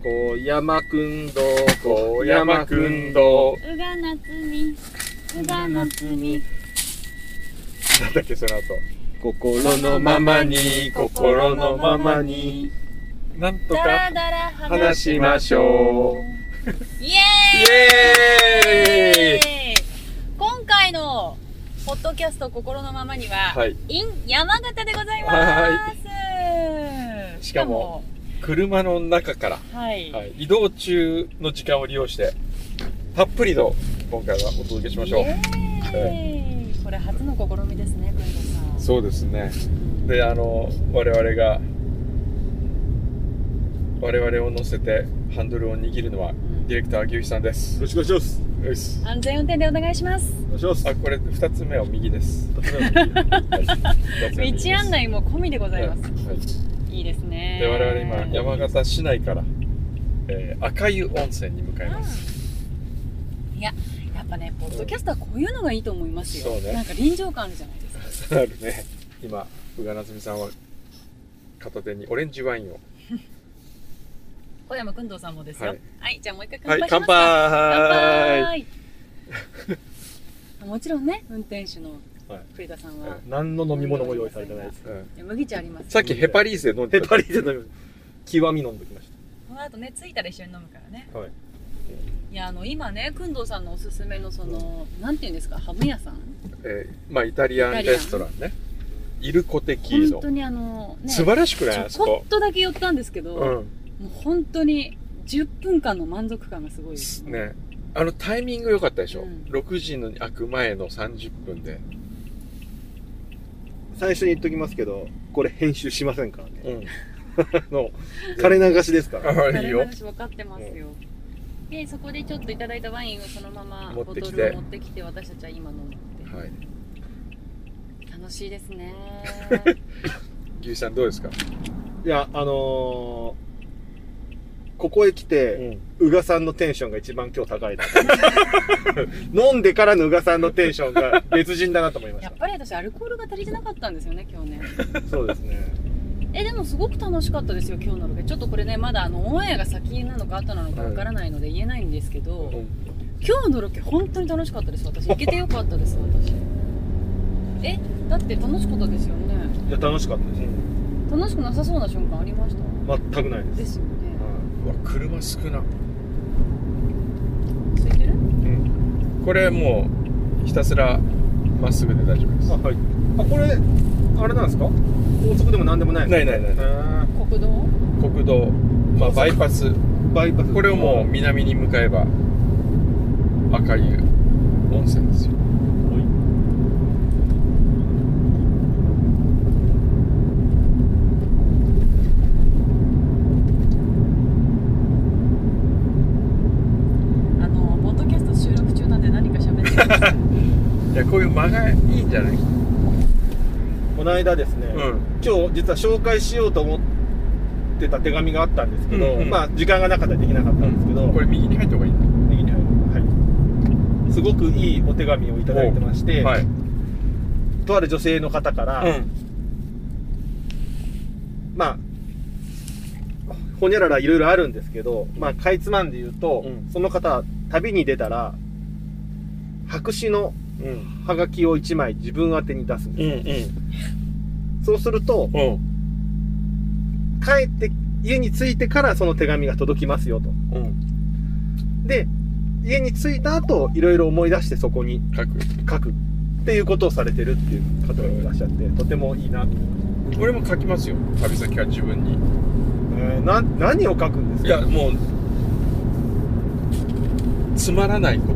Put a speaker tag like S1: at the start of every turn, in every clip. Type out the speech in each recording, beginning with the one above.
S1: 小山くんど
S2: 小山くんど
S3: うがなつみうがなつみ
S2: なんだっけその後
S1: 心のままに心のままに
S2: なんと
S3: だ
S2: から
S3: だら
S2: 話しましょ
S3: イエ
S2: イエーイ
S3: 今回のポッドキャスト心のままには、
S2: はい
S3: in 山形でございます。
S2: しかも車の中から、
S3: はい、
S2: はい、移動中の時間を利用してたっぷりと今回はお届けしましょう。
S3: イエーイこれ初の試みですね、くんどさん。
S2: そうですね。で我々を乗せてハンドルを握るのはディレクター牛肥さんです。
S1: よろしくお願いします。
S2: よし。
S3: 安全運転でお願いします。
S1: お願いします。
S2: あ、これ2つ目は右です。
S3: 道案内も込みでございます。
S2: はい、
S3: いいですね。
S2: で我々今山形市内から、赤湯温泉に向かいます。
S3: いや、やっぱね、ポッドキャストはこういうのがいいと思いますよ。
S2: そうね。
S3: なんか臨場感あるじゃないですか。
S2: あるね。今宇賀なつみさんは片手にオレンジワインを。
S3: 小山くんどうさんもですよ。はい、じゃあもう一回
S2: はい、
S3: 乾杯しますか。
S2: 乾杯。
S3: もちろんね、運転手の栗田さんは
S1: 何の飲み物も用意されてないです。
S3: いや麦茶あります。
S2: さっきヘパリーゼ飲んで
S1: ヘパリーゼ飲み極み飲んできまし
S3: この後ね、着いたら一緒に飲むからね。
S1: た。はい。
S3: いや、今ね、くんどうさんのおすすめのその、なんていうんですか、ハム屋さん。
S2: まあイタリアンレストランね。イルコテキーノ。
S3: 本当にね、
S2: 素晴らしくないあそこ。
S3: ちょこっとだけ寄ったんですけど、もう本当に10分間の満足感がすごいです
S2: ね。タイミング良かったでしょ、
S3: うん、
S2: 6時の開く前の30分で。
S1: 最初に言っときますけど、これ編集しませんからね。
S2: の
S1: 垂れ流しですから。
S2: いいよ。
S3: 分かってますよ。で、そこでちょっといただいたワインをそのままボトルを持ってきて、私たちは今飲むって。
S2: はい。
S3: 楽しいですね。
S2: 牛さんどうですか？
S1: いや、ここへ来て、宇賀さんのテンションが一番今日高いな。飲んでからの宇賀さんのテンションが別人だなと思いました。
S3: やっぱり私アルコールが足りてなかったんですよね、今日ね。
S1: そうですね。
S3: でもすごく楽しかったですよ、今日のロケ。ちょっとこれね、まだオンエアが先なのか後なのかわからないので言えないんですけど、今日のロケ本当に楽しかったです。私行けてよかったです。私だって楽しかったですよね。
S1: いや、楽しかったです。
S3: 楽しくなさそうな瞬間ありました？
S1: 全くないです。
S3: ですよね。
S2: うわ、車少な。
S3: 空いてる？
S2: これもうひたすらまっすぐで大丈夫です。
S1: はい。これあれなんですか？高速でも何でもないですか？
S2: ない。
S3: 国道？
S2: 国道、まあバイパス。これをもう南に向かえば赤湯温泉ですよ。
S3: ポッドキャスト収録中なんで何か喋ってます。
S2: いや、こういう間がいいんじゃない？
S1: この間ですね、今日実は紹介しようと思ってた手紙があったんですけど、まあ時間がなかったらできなかったんですけど、
S2: これ右に入った方がいいんだ。
S1: 右に入る。はい。すごくいいお手紙をいただいてまして、はい、とある女性の方から、まあほにゃららいろいろあるんですけど、まあかいつまんで言うと、その方旅に出たら白紙のはがきを1枚自分宛てに出すんです、そうすると、帰って家に着いてからその手紙が届きますよと、で家に着いた後いろいろ思い出してそこに書くっていうことをされてるっていう方がいらっしゃって、とてもいいなと思いました。
S2: 俺も書きますよ、旅先は自分に。
S1: 何を書くんですか？
S2: いや、もうつまらないこと。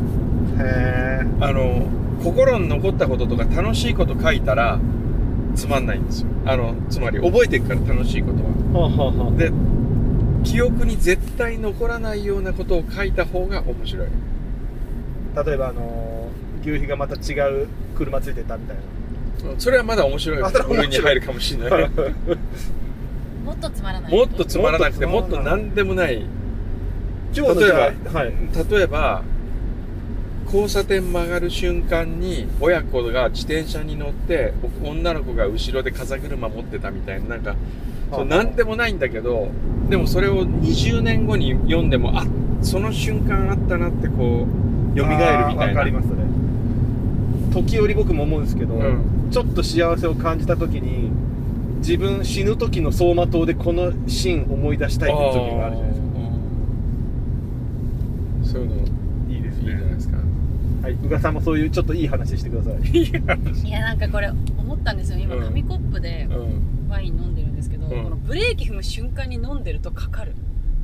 S2: 心に残ったこととか楽しいこと書いたらつまんないんですよ。つまり覚えていくから、楽しいことは。で、記憶に絶対残らないようなことを書いた方が面白い。
S1: 例えば牛皮がまた違う車ついてたみたいな。
S2: それはまだ面白い部分に入るかもしれない。
S3: もっとつまらない。
S2: もっとつまらなくて、もっと何でもない。例えば交差点曲がる瞬間に親子が自転車に乗って女の子が後ろで風車持ってたみたいな、なんかそうなんでもないんだけど、でもそれを20年後に読んでも、あ、その瞬間あったなってこう蘇るみたいな。
S1: わかりますね。時折僕も思うんですけど、ちょっと幸せを感じた時に自分死ぬ時の走馬灯でこのシーン思い出したいっていう時があるじゃないですか。
S2: そういうの
S1: いいですね。
S2: いいじゃないですか。
S1: はい、宇賀さんもそういうちょっといい話してください。
S3: いやなんかこれ思ったんですよ。今紙コップでワイン飲んでるんですけど、このブレーキ踏む瞬間に飲んでるとかかる。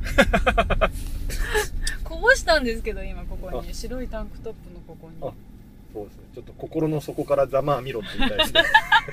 S3: こぼしたんですけど今ここに白いタンクトップのここに。
S1: あ、そうですね。ちょっと心の底からざまあ見ろって言いたいですね。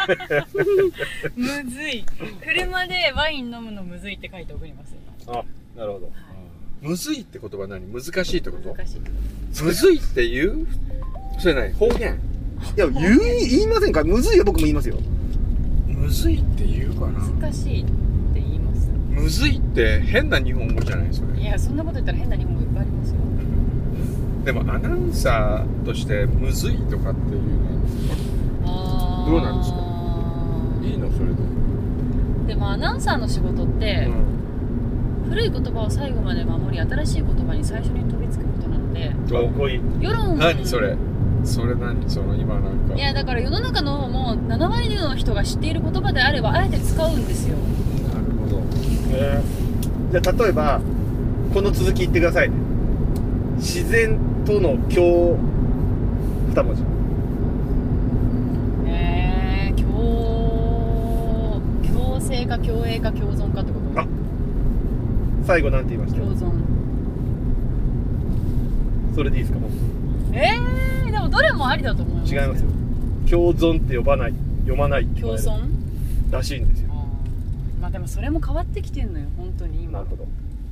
S3: むずい。車でワイン飲むのむずいって書いて送ります
S1: 今。あ、なるほど。はい、
S2: むずいって言葉何？難しいってこと？
S3: 難しい。
S2: むずいって言う？それ何？方言？
S1: いや、言いませんか？むずいよ、僕も言いますよ。
S2: むずいって言うかな？
S3: 難しいって言います。
S2: むずいって変な日本語じゃないそれ。
S3: いや、そんなこと言ったら変な日本語いっぱいありますよ。
S2: でもアナウンサーとしてむずいとかっていうのはどうなんですか？いいのそれで。
S3: でもアナウンサーの仕事って、古い言葉を最後まで守り、新しい言葉に最初に飛びつくことなので。
S1: かっこいい。
S3: 世論。
S2: 何それ？それ何？その今なんか。
S3: いやだから世の中のもう7割の人が知っている言葉であればあえて使うんですよ。
S2: なるほど。
S1: じゃあ例えばこの続き言ってくださいね。自然との共2文字。共生か共栄か共存かってこと？あ、最後なんて言いました？
S3: 共存。
S1: それでいいですか？もう
S3: でもどれもありだと思います。
S1: 違いますよ。共存って呼ばない、読まない
S3: 共存
S1: らしいんですよ。
S3: まあでもそれも変わってきてんのよ本当に今。
S1: なるほど。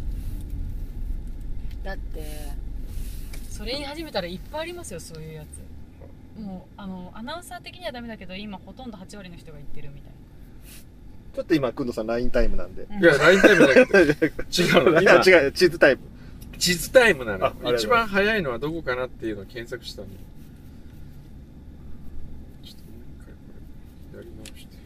S3: だってそれ言い始めたらいっぱいありますよそういうやつ。もうアナウンサー的にはダメだけど今ほとんど8割の人が言ってるみたいな。
S1: ちょっと今くんどさん LINE タイムなんで。
S2: いや LINE タイムだけど違うの。今
S1: 違う地図タイム。
S2: 地図タイムなの。一番早いのはどこかなっていうのを検索したのに。ちょっともう一回これやり直して。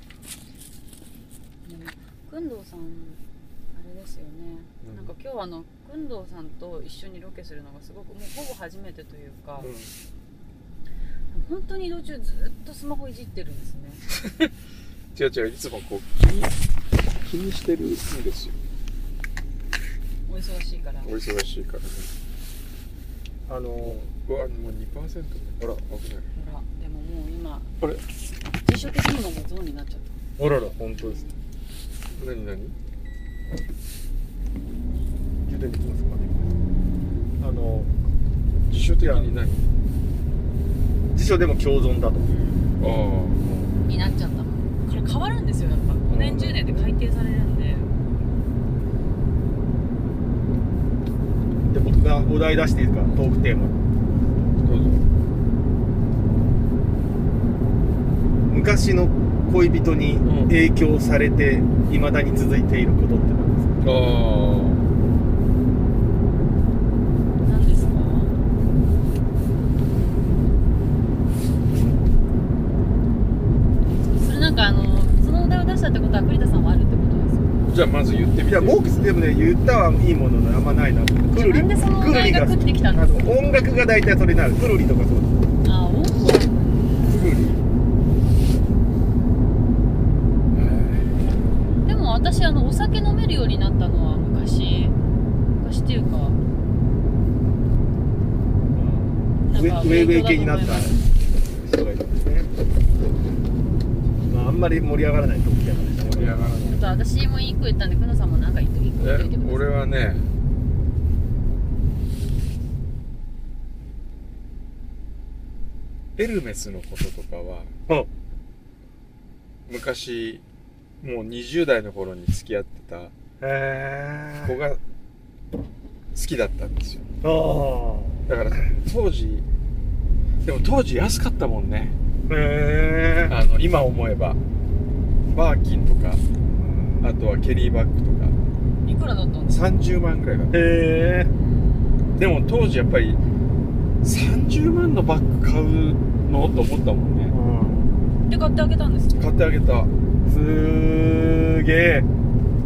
S3: くんどうさんあれですよね。なんか今日くんどうさんと一緒にロケするのがすごくもうほぼ初めてというか、本当に移動中ずっとスマホいじってるんですね。
S2: 違ういつもこう気にしてるんですよ。
S3: お忙しいから。
S2: お忙しいからね。うわもう 2% ね。ほら危ない。
S3: ほらでももう今
S2: あれ
S3: 辞書的にももうゾーンになっちゃった。
S1: あらら本当ですね。
S2: 何
S1: 充電できますかね。
S2: 辞書的に何？
S1: 辞書でも共存だと。
S3: になっちゃったの。これ変わるんですよやっぱ5年10年で改定されるんで。
S1: で僕がお題出していいですか？トークテーマ。
S2: どうぞ。
S1: 昔の恋人に影響されて未だに続いていることって何ですか？
S3: 何ですか？それなんかそのお題を出したってことは栗田さんはあるってことですよ。
S2: じゃあまず言ってみて。
S1: いや僕でもね言ったはいいもののあんまないな。くるり。
S3: なんでそのお題が食ってきたんですか？
S1: 音楽が大体それになる。くるりとかそうです。
S3: あ、音楽。
S1: くるり。
S3: でも私お酒飲めるようになったのは昔っていうか
S1: ウェイ系になった人がいるんですね。まああんまり盛り上がらないトークテーマでしたね。
S2: 盛り上がらない。
S3: あと私も1個言ったんで、くのさんもなんか1個言っておいてください。
S2: 俺はね、エルメスのこととかは、昔もう20代の頃に付き合ってた子が好きだったんですよ。だから当時安かったもんね。今思えばバーキンとか、あとはケリーバッグとか
S3: いくらだったんですか
S2: ？30万ぐらいだった。でも当時やっぱり30万のバッグ買うのと思ったもんね。
S3: で買ってあげたんですか？
S1: 買ってあげた。すーげー。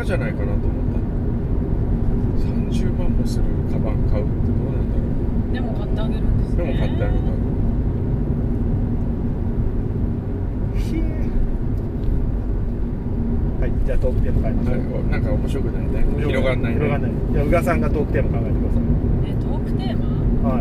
S2: じゃないかなと思った。30万もするカバン買うってどうなんだろう。
S3: でも買ってあげるんですね。
S2: でも買ってあげた。
S1: はい、じゃあトークテーマ変えましょう。
S2: なんか面白くないね。広がんないね。
S1: 広がんない。じゃあ宇賀さんがトークテーマ考えてください。
S3: トークテーマ？
S1: はい。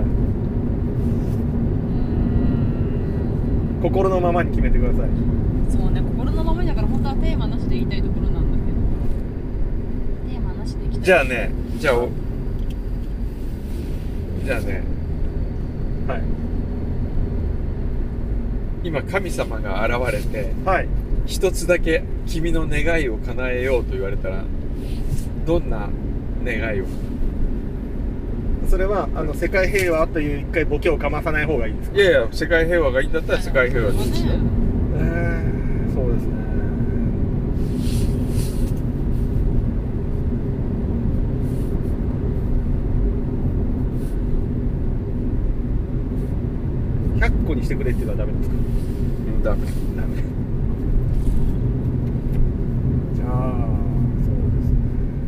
S1: 心のままに決めてください。
S3: そうね、心のままにだから本当はテーマなしで言いたいところなんだけど、テーマなしでいきたい。
S2: じゃあね、
S1: はい。
S2: 今神様が現れて、
S1: はい。
S2: 一つだけ君の願いを叶えようと言われたら、どんな願いを？
S1: それは世界平和という一回ボケをかまさない方がいいですか？
S2: いやいや、世界平和がいいんだったら世界平和でいいですよ。
S1: そうですね。100個にしてくれっていうのはダメですか？
S2: ダメ。
S1: じゃあそうですね。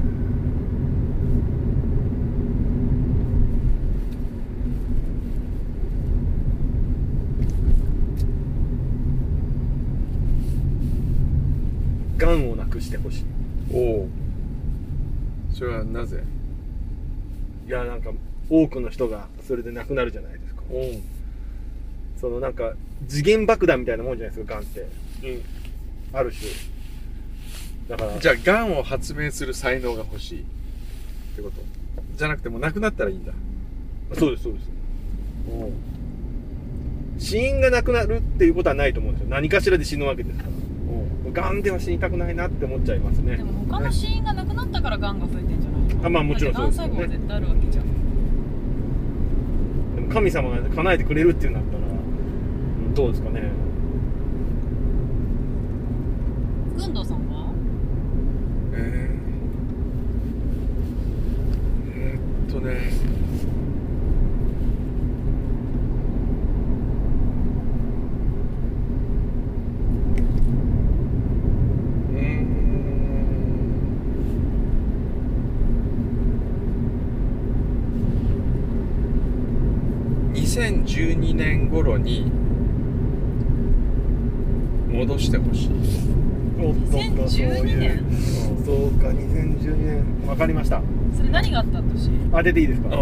S1: がんをなくしてほしい。
S2: おお。それはなぜ？
S1: いや、なんか多くの人がそれで亡くなるじゃないですか。そのなんか時限爆弾みたいなもんじゃないですか、がんって。ある種。だから
S2: じゃあがんを発明する才能が欲しいってことじゃなくて、もう亡くなったらいいんだ。
S1: そうです。死因がなくなるっていうことはないと思うんですよ。何かしらで死ぬわけですから。がんでは死にたくないなって思っちゃいますね。
S3: でも他の死因がなくなったからがんが増えてんじゃないの？
S1: まあもちろんそうですよね。
S3: がん細胞は絶対あるわけじゃん。
S1: でも神様が叶えてくれるっていうんだったら、どうですかね。
S3: 軍藤さんは？
S2: 2012年頃に戻してほしい。
S3: 2012年？
S1: そうか、2012年。わかりました。
S3: それ何があった年？
S1: 当てていいですか？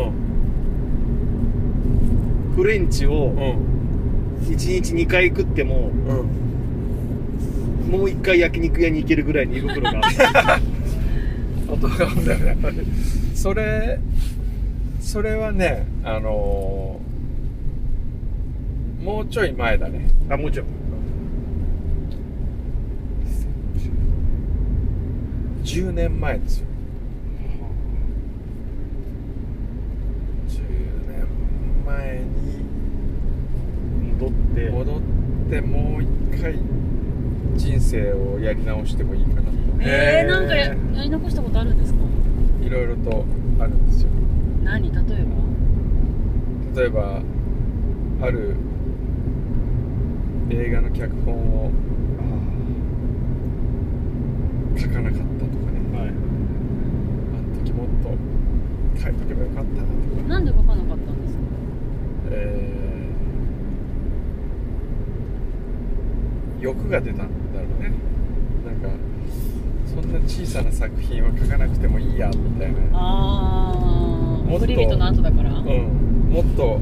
S1: フレンチを1日2回食っても、もう1回焼肉屋に行けるぐらいに胃袋が
S2: それはね、もうちょい前だね。
S1: もうちょい
S2: 10年前ですよ。10年前に戻ってもう一回人生をやり直してもいいかなと。
S3: なんかやり残したことあるんですか？
S2: いろいろとあるんですよ。
S3: 何？例
S2: えばある映画の脚本を書かなかったとかね、あの時もっと書いとけばよかったなとか。
S3: なんで書かなかったんですか？
S2: 欲が出たんだろうね。なんかそんな小さな作品は書かなくてもいいやみたいな。
S3: 送り人の後だから。
S2: もっと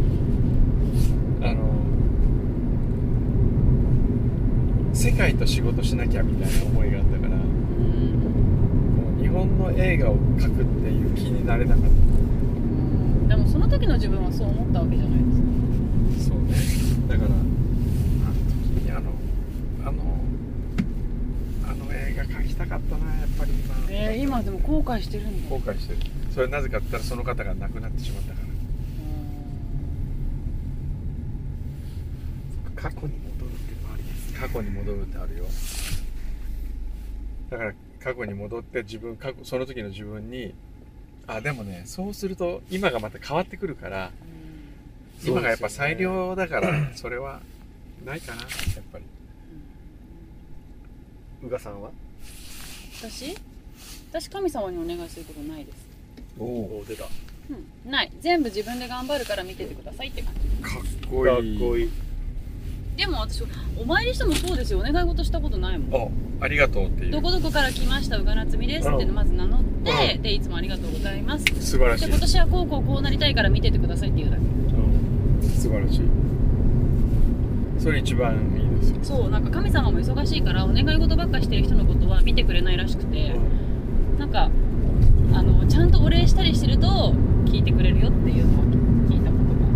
S2: 世界と仕事しなきゃみたいな思いがあったから、日本の映画を描くっていう気になれなかった。
S3: でもその時の自分はそう思ったわけじゃないですか。
S2: そうね。だからあの時にあの映画描きたかったな、やっぱり今。
S3: 今でも後悔してるんだ。
S2: 後悔してる。それなぜかって言ったらその方が亡くなってしまったから。
S1: 過去に戻るっていうのもありです。
S2: 過去に戻るってあるよ。だから過去に戻ってその時の自分に、でもね、そうすると今がまた変わってくるから、今がやっぱ最良だからそれはないかな、やっぱり。
S1: 宇賀さんは？
S3: 私？ 私神様にお願いすることないです。
S1: おお、出た。
S3: うん、ない。全部自分で頑張るから見ててくださいって感じ。
S2: かっこいい。
S1: かっこいい。
S3: でも私お参りしてもそうですよ。お願い事したことないもん。
S2: ありがとうっていう。
S3: どこどこから来ました宇賀なつみですってまず名乗って、でいつもありがとうございます。
S2: 素晴らしい。
S3: で今年はこうなりたいから見ててくださいっていうだけ。
S2: 素晴らしい。それ一番いいですよ。
S3: そう、なんか神様も忙しいからお願い事ばっかしてる人のことは見てくれないらしくて、なんかちゃんとお礼したりしてると聞いてくれるよっていうのを聞いたことが。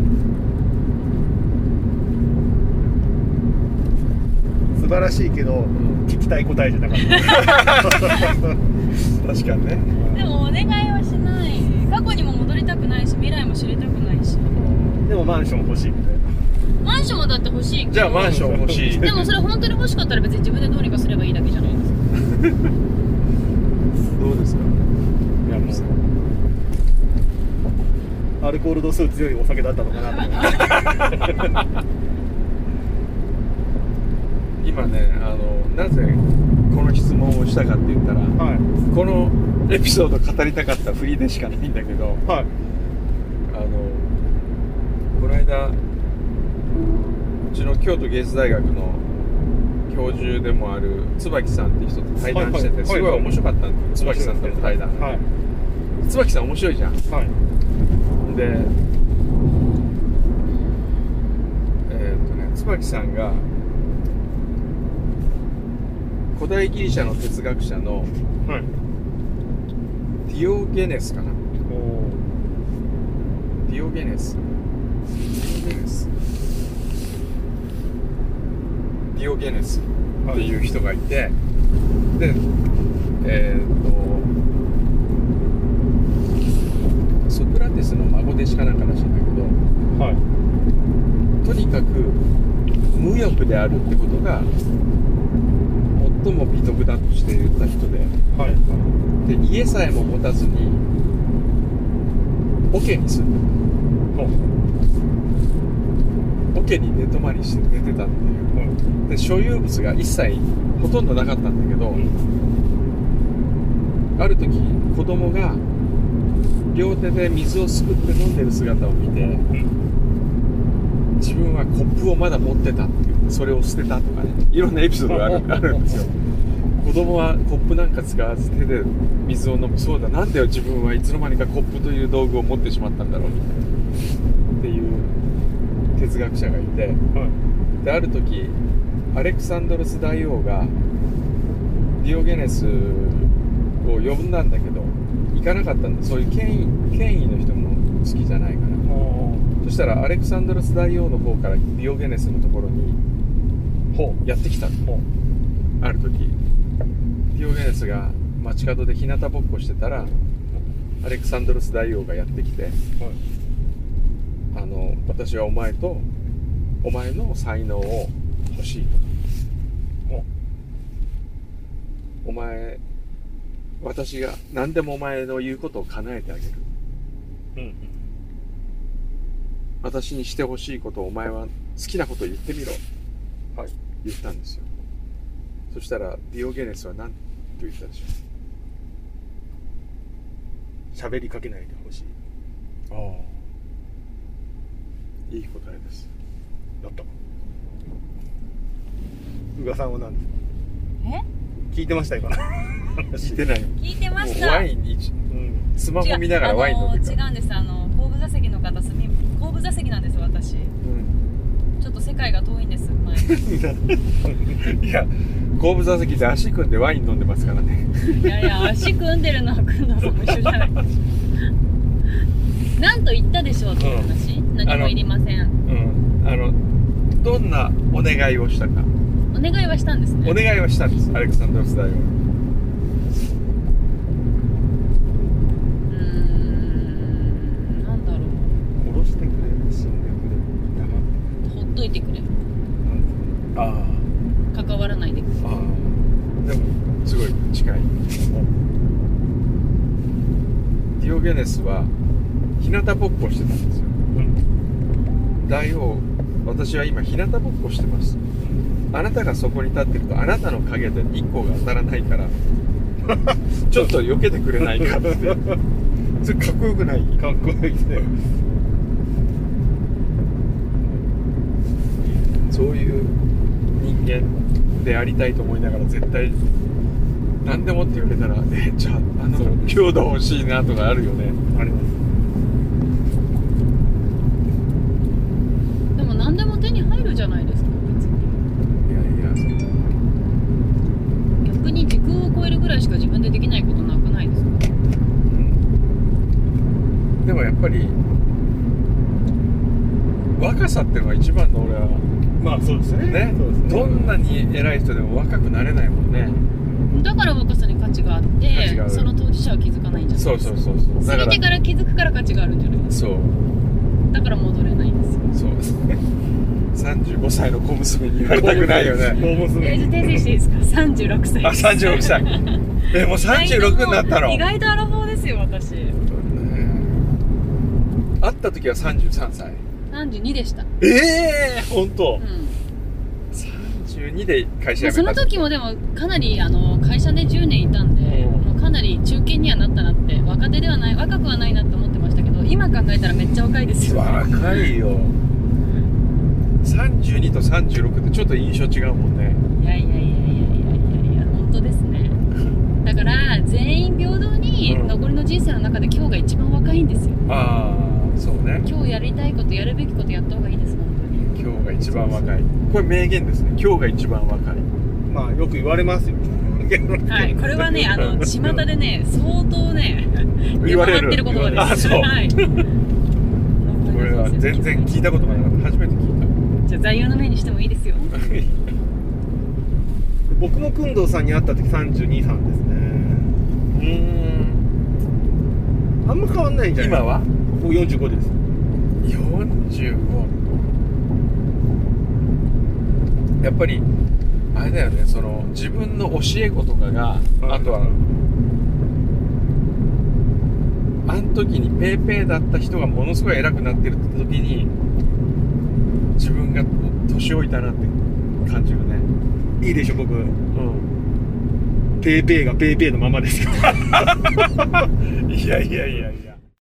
S1: 素晴らしいけど、聞きたい答えじゃなかった
S2: 確かにね。
S3: でもお願いはしない。過去にも戻りたくないし未来も知りたくないし。
S1: でもマンション欲しいみたいな。
S3: マンションはだって欲しいけど。
S2: じゃあマンション欲しい。
S3: でもそれ本当に欲しかったら別に自分でどうにかすればいいだけじゃないですか。
S2: どうですか。
S1: いやもうアルコール度数強いお酒だったのかなと思って
S2: 今ね、なぜこの質問をしたかって言ったら、
S1: はい、
S2: このエピソード語りたかった振りでしかないんだけど、
S1: はい、
S2: この間うちの京都芸術大学の教授でもある椿さんっていう人と対談してて、すごい面白かったんですよ、椿さんとの対談、はい、椿さん面白いじゃん、はい、で椿さんが古代ギリシャの哲学者の、はい、ディオゲネスかな。ディオゲネスっていう人がいて、でソクラテスの孫弟子かなんからしいんだけど、はい、とにかく無欲であるってことが最も美徳だとして言った人で、はい、で家さえも持たずに桶に住んでる、桶に寝泊まりして寝てたっていう、で所有物が一切ほとんどなかったんだけど、ある時子供が両手で水をすくって飲んでる姿を見て、自分はコップをまだ持ってたっていう、それを捨てたとかね、いろんなエピソードがあるんですよ。子供はコップなんか使わず手で水を飲む。そうだ、なんで自分はいつの間にかコップという道具を持ってしまったんだろうっていう哲学者がいて、である時アレクサンドロス大王がディオゲネスを呼んだんだけど行かなかったんだ。そういう権威の人も好きじゃないから。そしたらアレクサンドロス大王の方からディオゲネスのところにやってきたの。ある時ディオゲネスが街角で日向ぼっこしてたらアレクサンドロス大王がやってきて、私はお前の才能を欲しいと。私が何でもお前の言うことを叶えてあげる、私にしてほしいことをお前は好きなことを言ってみろ、言ったんですよ。そしたらディオゲネスは何と言ったでしょ
S1: う。喋りかけないでほしい。
S2: いい答えです。
S1: やった。宇賀さんは何ですか。聞いてました今。
S2: 聞いてない。
S3: 聞いてました。
S2: ワインに、スマホ見ながらワイン飲んでた。
S3: 違うんです。後部座席の方、後部座席なんです私。ちょっと世界が遠いんです。
S2: いや、後部座席で足組んでワイン飲んでますからね。
S3: いや足組んでるのは組んだのも一緒じゃない。なんと言ったでしょうっていう話、何もいりません。
S2: どんなお願いをしたか。
S3: お願いはしたんですね。
S2: お願いはしたんです、アレクサンドロス大王。
S3: なんだろう。
S1: 殺してくれ、死んでく
S3: れ、ほっといてくれ。関わらないでくれ。
S2: でもすごい近い。ディオゲネスは日向ぼっこしてたんですよ。大王、私は今日向ぼっこしてます。あなたがそこに立ってるとあなたの影で日光が当たらないからちょっと避けてくれないかってそれかっこよくない？
S1: かっこいいですね。
S2: そういう人間でありたいと思いながら絶対何でもって言われたらじゃあ強度欲しいなとかあるよね。
S1: あります。
S3: でも何でも手に入るじゃないですか別に。
S2: いや
S3: 逆に時空を超えるぐらいしか自分でできないことなくないですか？
S2: でもやっぱり若さっていうのが一番の俺は
S1: まあそうですね。
S2: ね、
S1: そうですね。
S2: どんなに偉い人でも若くなれないもんね。
S3: だから若さに価値があってその当事者は気づかないんじゃないですか。
S2: そう
S3: 過ぎてから気づくから価値があるんじゃないですか。
S2: そう
S3: だから戻れないんですよ。
S2: そうですね。35歳の小娘に言われたくないよね。
S1: 小娘。
S3: じゃあ訂正していいですか？36歳
S2: あ、36歳。もう36になったの？
S3: 意外とアラフォーですよ私。
S2: 会った時は33歳。
S3: 32でした。
S1: 本当。
S2: 32で会社辞めた。
S3: その時もでもかなり会社で10年いたんで、もうかなり中堅にはなったなって、若手ではない若くはないなって思ってましたけど、今考えたらめっちゃ若いですよ。
S2: 若いよ。32と36ってちょっと印象違うもんね。
S3: いや本当ですね。だから全員平等に残りの人生の中で今日が一番若いんですよ。
S2: ああ、そうね。
S3: 今日やりたいことやるべきことやった方がいいです本当に。
S2: 今日が一番若い。これ名言ですね。今日が一番若い。
S1: まあよく言われますよ。
S3: はい、これはね巷でね相当ね
S2: 言われる。
S3: 出回ってる言葉です。
S2: あ、そう。
S3: はい。
S2: これは全然聞いたことがなかった。初めて聞いた。
S3: じゃあ座右の銘にしてもいいですよ。
S1: 僕も工藤さんに会った時32、3ですね。あんま変わんないんじゃない
S2: 今は？
S1: 僕45です。
S2: 45。やっぱりあれだよね。その自分の教え子とかが、あとはあの時にペーペーだった人がものすごい偉くなってるって時に自分が年老いたなって感じるね。
S1: いいでしょ僕。ペーペーがペーペーのままですよ。
S2: いやいやいやいや。